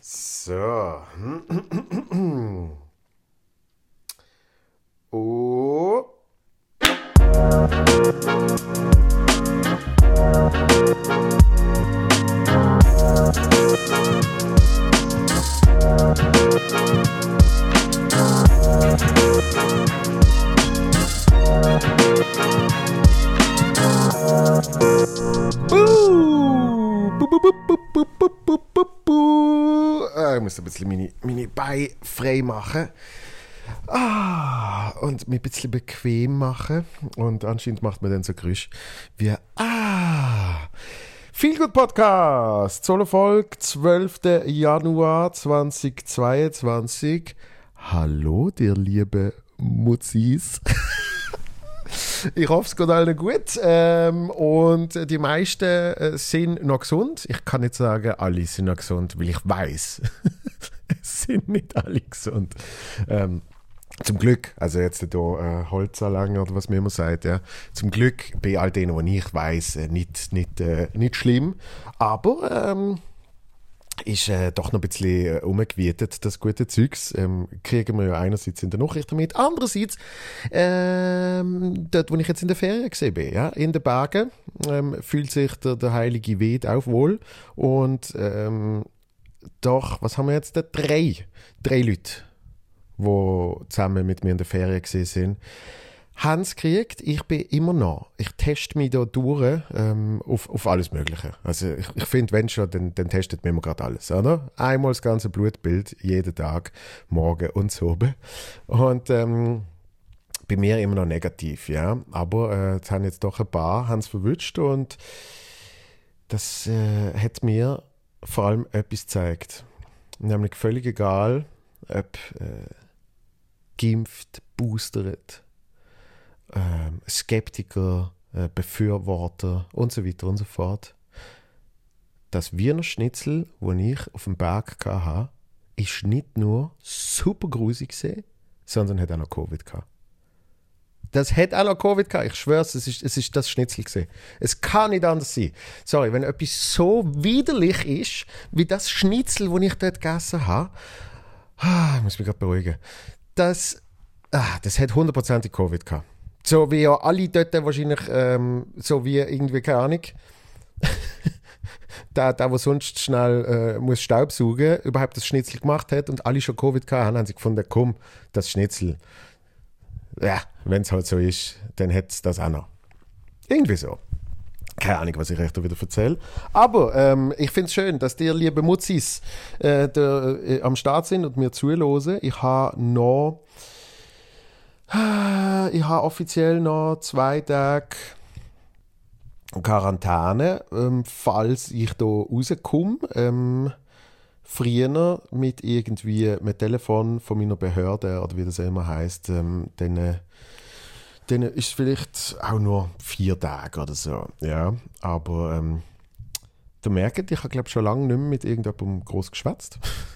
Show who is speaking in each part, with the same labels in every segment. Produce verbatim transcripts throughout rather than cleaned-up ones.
Speaker 1: So. Oh. Ich muss ein bisschen meine, meine Beine frei machen. Ah, und mich ein bisschen bequem machen. Und anscheinend macht man dann so Geräusche wie Ah. Viel gut Podcast. Solo-Folge, zwölfter Januar zweitausendzweiundzwanzig. Hallo, dir liebe Mutzis. Ich hoffe, es geht allen gut. Ähm, und die meisten äh, sind noch gesund. Ich kann nicht sagen, alle sind noch gesund, weil ich weiß, es sind nicht alle gesund. Ähm, zum Glück, also jetzt hier äh, Holzanlagen oder was man immer sagt, ja. Zum Glück bei all denen, die ich weiß, äh, nicht, nicht, äh, nicht schlimm. Aber ähm, ist äh, doch noch ein bisschen äh, umgewietet, das gute Zeugs. Ähm, kriegen wir ja einerseits in der Nachrichten mit, andererseits ähm, dort, wo ich jetzt in der Ferien gesehen bin, ja, in den Bergen, ähm, fühlt sich der, der heilige Wied auch wohl. Und ähm, doch, was haben wir jetzt da? Drei, drei Leute, die zusammen mit mir in der Ferien gesehen sind, haben es gekriegt. Ich bin immer noch. Ich teste mich da durch ähm, auf, auf alles Mögliche. Also ich, ich finde, wenn schon, dann, dann testet man immer gerade alles, oder? Einmal das ganze Blutbild, jeden Tag, morgen und so. Und ähm, bei mir immer noch negativ, ja. Aber äh, jetzt haben jetzt doch ein paar haben es verwünscht und das äh, hat mir vor allem etwas gezeigt. Nämlich völlig egal, ob äh, geimpft, boostert, Ähm, Skeptiker, äh, Befürworter und so weiter und so fort. Das Wiener Schnitzel, das ich auf dem Berg hatte, ist nicht nur super grusig gewesen, sondern hat auch noch Covid gehabt. Das hat auch noch Covid gehabt. Ich schwöre, es ist, es ist das Schnitzel gewesen. Es kann nicht anders sein. Sorry, wenn etwas so widerlich ist, wie das Schnitzel, das ich dort gegessen habe, ah, ich muss mich gerade beruhigen, das, ah, das hat hundertprozentig Covid gehabt. So wie ja alle dort wahrscheinlich, ähm, so wie irgendwie, keine Ahnung, der, der, der sonst schnell äh, muss Staubsaugen, überhaupt das Schnitzel gemacht hat und alle schon Covid hatten, haben sie gefunden, komm, das Schnitzel, ja, wenn es halt so ist, dann hat es das auch noch. Irgendwie so. Keine Ahnung, was ich euch da wieder erzähle. Aber ähm, ich finde es schön, dass ihr, liebe Mutzis, äh, da, äh, am Start sind und mir zuhören. Ich habe noch Ich habe offiziell noch zwei Tage Quarantäne, ähm, falls ich da rauskomme. Ähm, früher mit irgendwie mit Telefon von meiner Behörde oder wie das immer heisst, ähm, dann, äh, dann ist es vielleicht auch nur vier Tage oder so. Ja, aber ähm, ihr merkt, ich habe glaube schon lange nicht mehr mit irgendjemandem groß geschwätzt.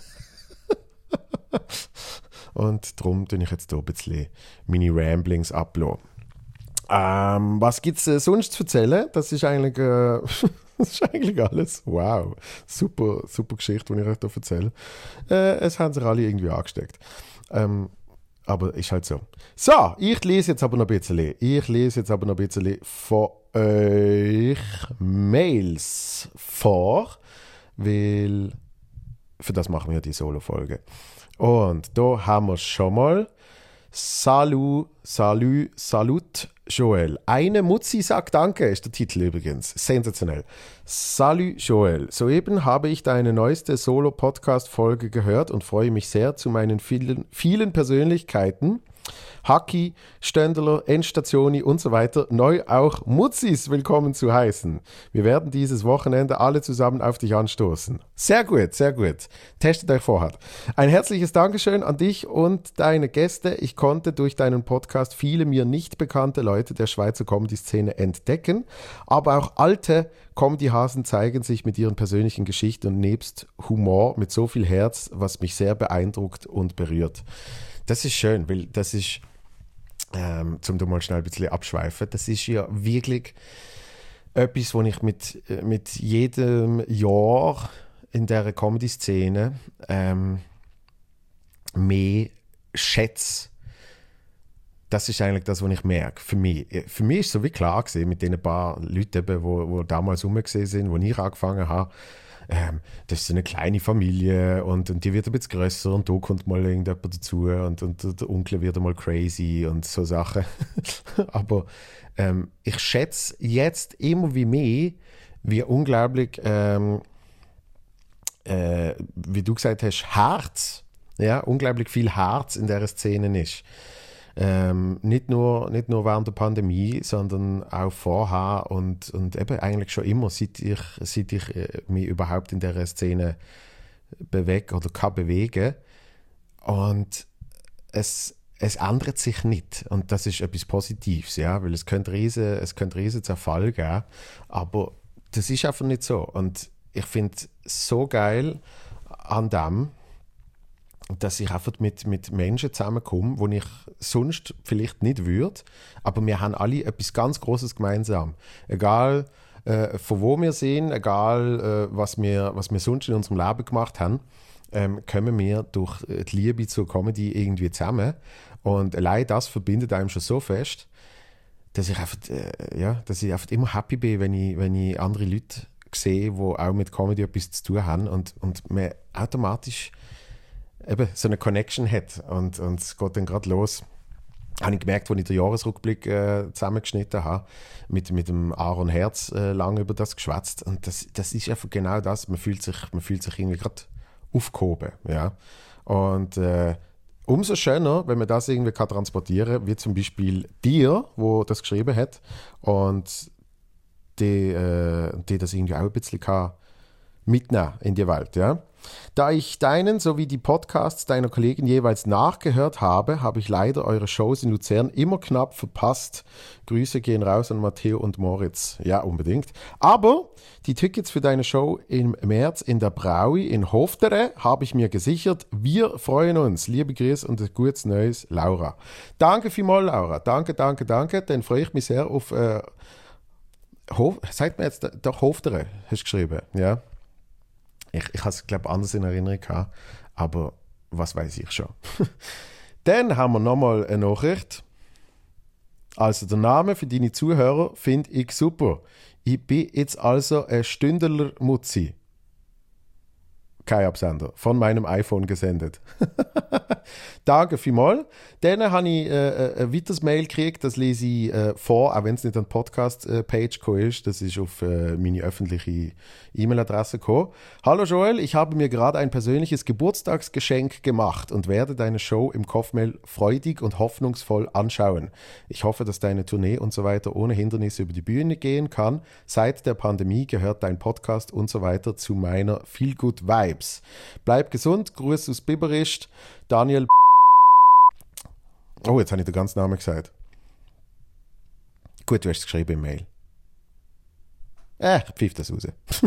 Speaker 1: Und darum tue ich jetzt hier ein bisschen meine Ramblings ablassen. Ähm, was gibt es äh, sonst zu erzählen? Das ist eigentlich, äh, das ist eigentlich alles. Wow, super, super Geschichte, die ich euch hier erzähle. Äh, es haben sich alle irgendwie angesteckt. Ähm, aber ist halt so. So, ich lese jetzt aber noch ein bisschen. Ich lese jetzt aber noch ein bisschen von euch Mails vor, weil für das machen wir die Solo-Folge. Und da haben wir schon mal Salut, Salut, Salut, Joel. Eine Mutzi sagt Danke, ist der Titel übrigens. Sensationell. Salut, Joel. Soeben habe ich deine neueste Solo-Podcast-Folge gehört und freue mich sehr, zu meinen vielen, vielen Persönlichkeiten, Haki, Ständeler, Endstationi und so weiter, neu auch Mutzis willkommen zu heißen. Wir werden dieses Wochenende alle zusammen auf dich anstoßen. Sehr gut, sehr gut. Testet euch vorher. Ein herzliches Dankeschön an dich und deine Gäste. Ich konnte durch deinen Podcast viele mir nicht bekannte Leute der Schweizer Comedy-Szene entdecken, aber auch alte Comedy-Hasen zeigen sich mit ihren persönlichen Geschichten und nebst Humor mit so viel Herz, was mich sehr beeindruckt und berührt. Das ist schön, weil das ist, ähm, zum da mal schnell ein bisschen abschweifen, das ist ja wirklich etwas, was ich mit, mit jedem Jahr in dieser Comedy-Szene ähm, mehr schätze. Das ist eigentlich das, was ich merke, für mich. Für mich ist es so wie klar gewesen, mit den paar Leuten, die wo, wo damals rumgesehen sind, wo ich angefangen habe, ähm, das ist so eine kleine Familie und, und die wird ein bisschen grösser und da kommt mal irgendjemand dazu und, und der Onkel wird mal crazy und so Sachen. Aber ähm, ich schätze jetzt immer wie mehr, wie unglaublich, ähm, äh, wie du gesagt hast, Herz, ja, unglaublich viel Herz in dieser Szene ist. Ähm, nicht nur, nicht nur während der Pandemie, sondern auch vorher und, und eben eigentlich schon immer, seit ich, seit ich äh, mich überhaupt in dieser Szene bewege oder kann bewegen. Und es, es ändert sich nicht. Und das ist etwas Positives, ja, weil es könnte riesen, es könnte riesen Zerfall geben, aber das ist einfach nicht so. Und ich finde es so geil an dem, dass ich einfach mit, mit Menschen zusammenkomme, die ich sonst vielleicht nicht würde. Aber wir haben alle etwas ganz Großes gemeinsam. Egal äh, von wo wir sind, egal äh, was, wir, was wir sonst in unserem Leben gemacht haben, ähm, kommen wir durch die Liebe zur Comedy irgendwie zusammen. Und allein das verbindet einem schon so fest, dass ich einfach, äh, ja, dass ich einfach immer happy bin, wenn ich, wenn ich andere Leute sehe, die auch mit Comedy etwas zu tun haben und, und man automatisch eben so eine Connection hat und, und es geht dann gerade los. Habe ich gemerkt, als ich den Jahresrückblick äh, zusammengeschnitten habe, mit, mit dem Aaron Herz äh, lange über das geschwätzt und das, das ist einfach genau das, man fühlt sich, man fühlt sich irgendwie gerade aufgehoben, ja. Und äh, umso schöner, wenn man das irgendwie kann transportieren, wie zum Beispiel dir, wo das geschrieben hat und die, äh, die das irgendwie auch ein bisschen kann mitnehmen in die Welt, ja. Da ich deinen sowie die Podcasts deiner Kollegen jeweils nachgehört habe, habe ich leider eure Shows in Luzern immer knapp verpasst. Grüße gehen raus an Matteo und Moritz. Ja, unbedingt. Aber die Tickets für deine Show im März in der Braui in Hoftere habe ich mir gesichert. Wir freuen uns. Liebe Grüße und ein gutes Neues, Laura. Danke vielmals, Laura. Danke, danke, danke. Dann freue ich mich sehr auf äh, Hof, sagt mir jetzt doch Hoftere, hast du geschrieben, ja? Ich, ich habe es, glaube ich, anders in Erinnerung gehabt, aber was weiß ich schon. Dann haben wir nochmal eine Nachricht. Also der Name für deine Zuhörer finde ich super. Ich bin jetzt also ein Stündler Mutzi. Kein Absender. Von meinem iPhone gesendet. Danke vielmals. Dann habe ich äh, ein weiteres Mail gekriegt, das lese ich äh, vor, auch wenn es nicht an die Podcast-Page gekommen ist. Das ist auf äh, meine öffentliche E-Mail-Adresse gekommen. Hallo Joel, ich habe mir gerade ein persönliches Geburtstagsgeschenk gemacht und werde deine Show im Kopfmail freudig und hoffnungsvoll anschauen. Ich hoffe, dass deine Tournee und so weiter ohne Hindernisse über die Bühne gehen kann. Seit der Pandemie gehört dein Podcast und so weiter zu meiner Feel-Good-Vibes. Bleib gesund, Gruß aus Biberist, Daniel. Oh, jetzt habe ich den ganzen Namen gesagt. Gut, du hast es geschrieben im Mail. Äh, ich pfiff das raus.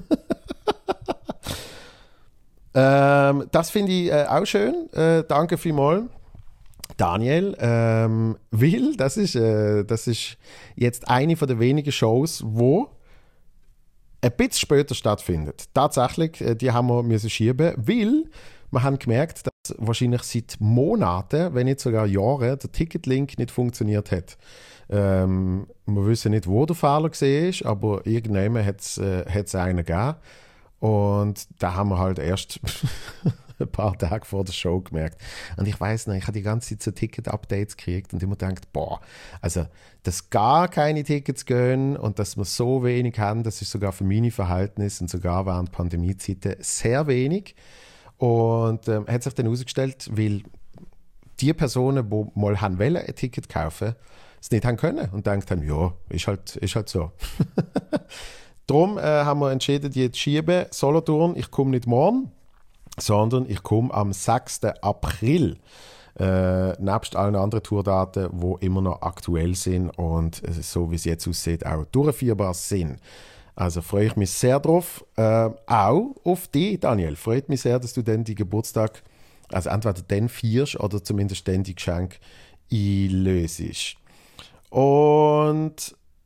Speaker 1: ähm, das finde ich äh, auch schön. Äh, danke vielmals, Daniel. Ähm, weil das ist, äh, das ist jetzt eine von der wenigen Shows, wo ein bisschen später stattfindet. Tatsächlich, äh, die haben wir müssen schieben, weil wir haben gemerkt, dass wahrscheinlich seit Monaten, wenn nicht sogar Jahren, der Ticketlink nicht funktioniert hat. Ähm, wir wissen nicht, wo der Fehler war, aber irgendwann hat es äh, einen gegeben. Und da haben wir halt erst ein paar Tage vor der Show gemerkt. Und ich weiss noch, ich habe die ganze Zeit so Ticket-Updates gekriegt und immer gedacht, boah, also, dass gar keine Tickets gehen und dass wir so wenig haben, das ist sogar für meine Verhältnisse und sogar während Pandemiezeiten sehr wenig. Und ähm, hat sich dann herausgestellt, weil die Personen, die mal haben wollen, ein Ticket kaufen, es nicht haben können und gedacht haben, ja, ist halt, ist halt so. Darum äh, haben wir entschieden, jetzt zu schieben. Solothurn, ich komme nicht morgen, sondern ich komme am sechsten April. Äh, nebst allen anderen Tourdaten, die immer noch aktuell sind und äh, so wie es jetzt aussieht, auch durchführbar sind. Also freue ich mich sehr drauf. Äh, auch auf dich, Daniel. Freut mich sehr, dass du dann die Geburtstag, also entweder dann feierst oder zumindest dann die Geschenke einlöst. Und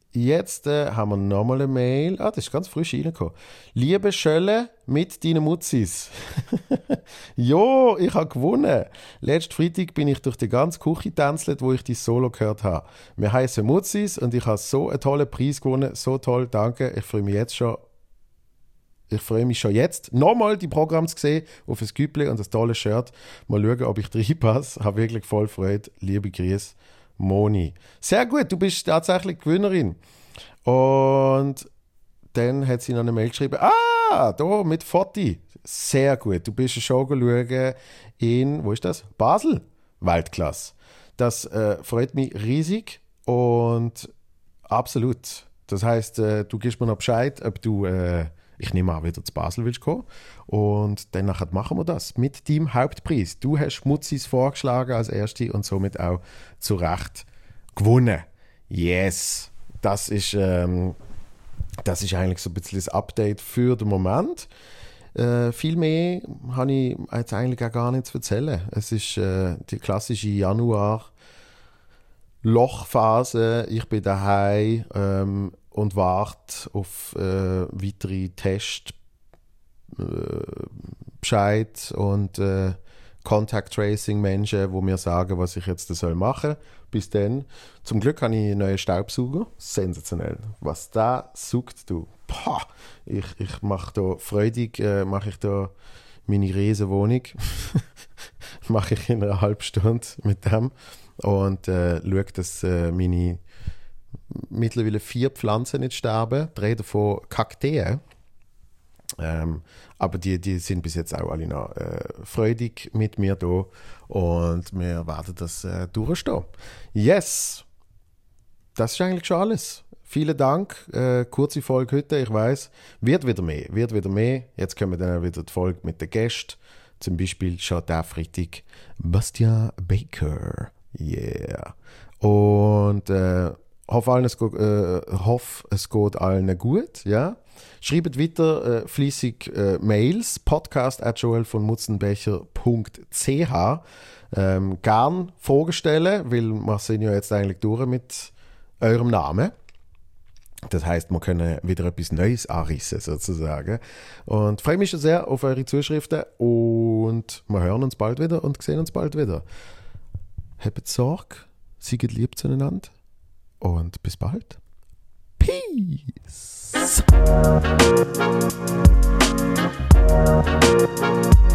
Speaker 1: jetzt äh, haben wir nochmal eine Mail. Ah, das ist ganz frisch reingekommen. Liebe Schölle mit deinen Mutzis. Jo, ich habe gewonnen. Letzten Freitag bin ich durch die ganze Küche tänzelt, wo ich die Solo gehört habe. Wir heißen Mutzis und ich habe so einen tollen Preis gewonnen. So toll, danke. Ich freue mich jetzt schon. Ich freue mich schon jetzt, nochmal die Programme zu sehen auf das Güppli und das tolle Shirt. Mal schauen, ob ich reinpasse. Habe wirklich voll Freude. Liebe Grüße, Moni. Sehr gut, du bist tatsächlich Gewinnerin. Und dann hat sie noch eine Mail geschrieben. Ah, da mit Foti. Sehr gut. Du bist schon schauen in, wo ist das? Basel. Weltklasse. Das äh, freut mich riesig und absolut. Das heisst, äh, du gibst mir noch Bescheid, ob du... Äh, Ich nehme an, wieder zu Basel willst kommen. Und dann nachher machen wir das mit deinem Hauptpreis. Du hast Mutzis vorgeschlagen als Erste und somit auch zu Recht gewonnen. Yes! Das ist, ähm, das ist eigentlich so ein bisschen das Update für den Moment. Äh, viel mehr habe ich jetzt eigentlich auch gar nichts zu erzählen. Es ist äh, die klassische Januar- Lochphase. Ich bin daheim ähm, und warte auf äh, weitere Tests, äh, Bescheid und äh, Contact Tracing Menschen, die mir sagen, was ich jetzt soll machen soll. Bis dann. Zum Glück habe ich einen neuen Staubsauger. Sensationell. Was da saugt, du. Pah. Ich, ich mache da freudig, äh, mache ich da meine Riesenwohnung. mache ich in einer halben Stunde mit dem. Und äh, schaue, dass äh, meine mittlerweile vier Pflanzen nicht sterben. Drei davon Kakteen. Ähm, aber die, die sind bis jetzt auch alle noch äh, freudig mit mir da. Und wir werden das äh, durchstehen. Yes! Das ist eigentlich schon alles. Vielen Dank. Äh, kurze Folge heute, ich weiss. Wird wieder mehr. Wird wieder mehr. Jetzt können wir dann wieder die Folge mit den Gästen. Zum Beispiel schon der Freitag Bastian Baker. Yeah. Und äh, hoffe, allen es geht, äh, hoffe, es geht allen gut. Ja? Schreibt weiter äh, fleissig äh, Mails. podcast at joel von mutzenbecher punkt c h. Ähm, gern Fragen stellen, weil wir sind ja jetzt eigentlich durch mit eurem Namen. Das heisst, wir können wieder etwas Neues anrissen, sozusagen. Und freue mich schon sehr auf eure Zuschriften und wir hören uns bald wieder und sehen uns bald wieder. Habt Sorge, seid lieb zueinander und bis bald. Peace!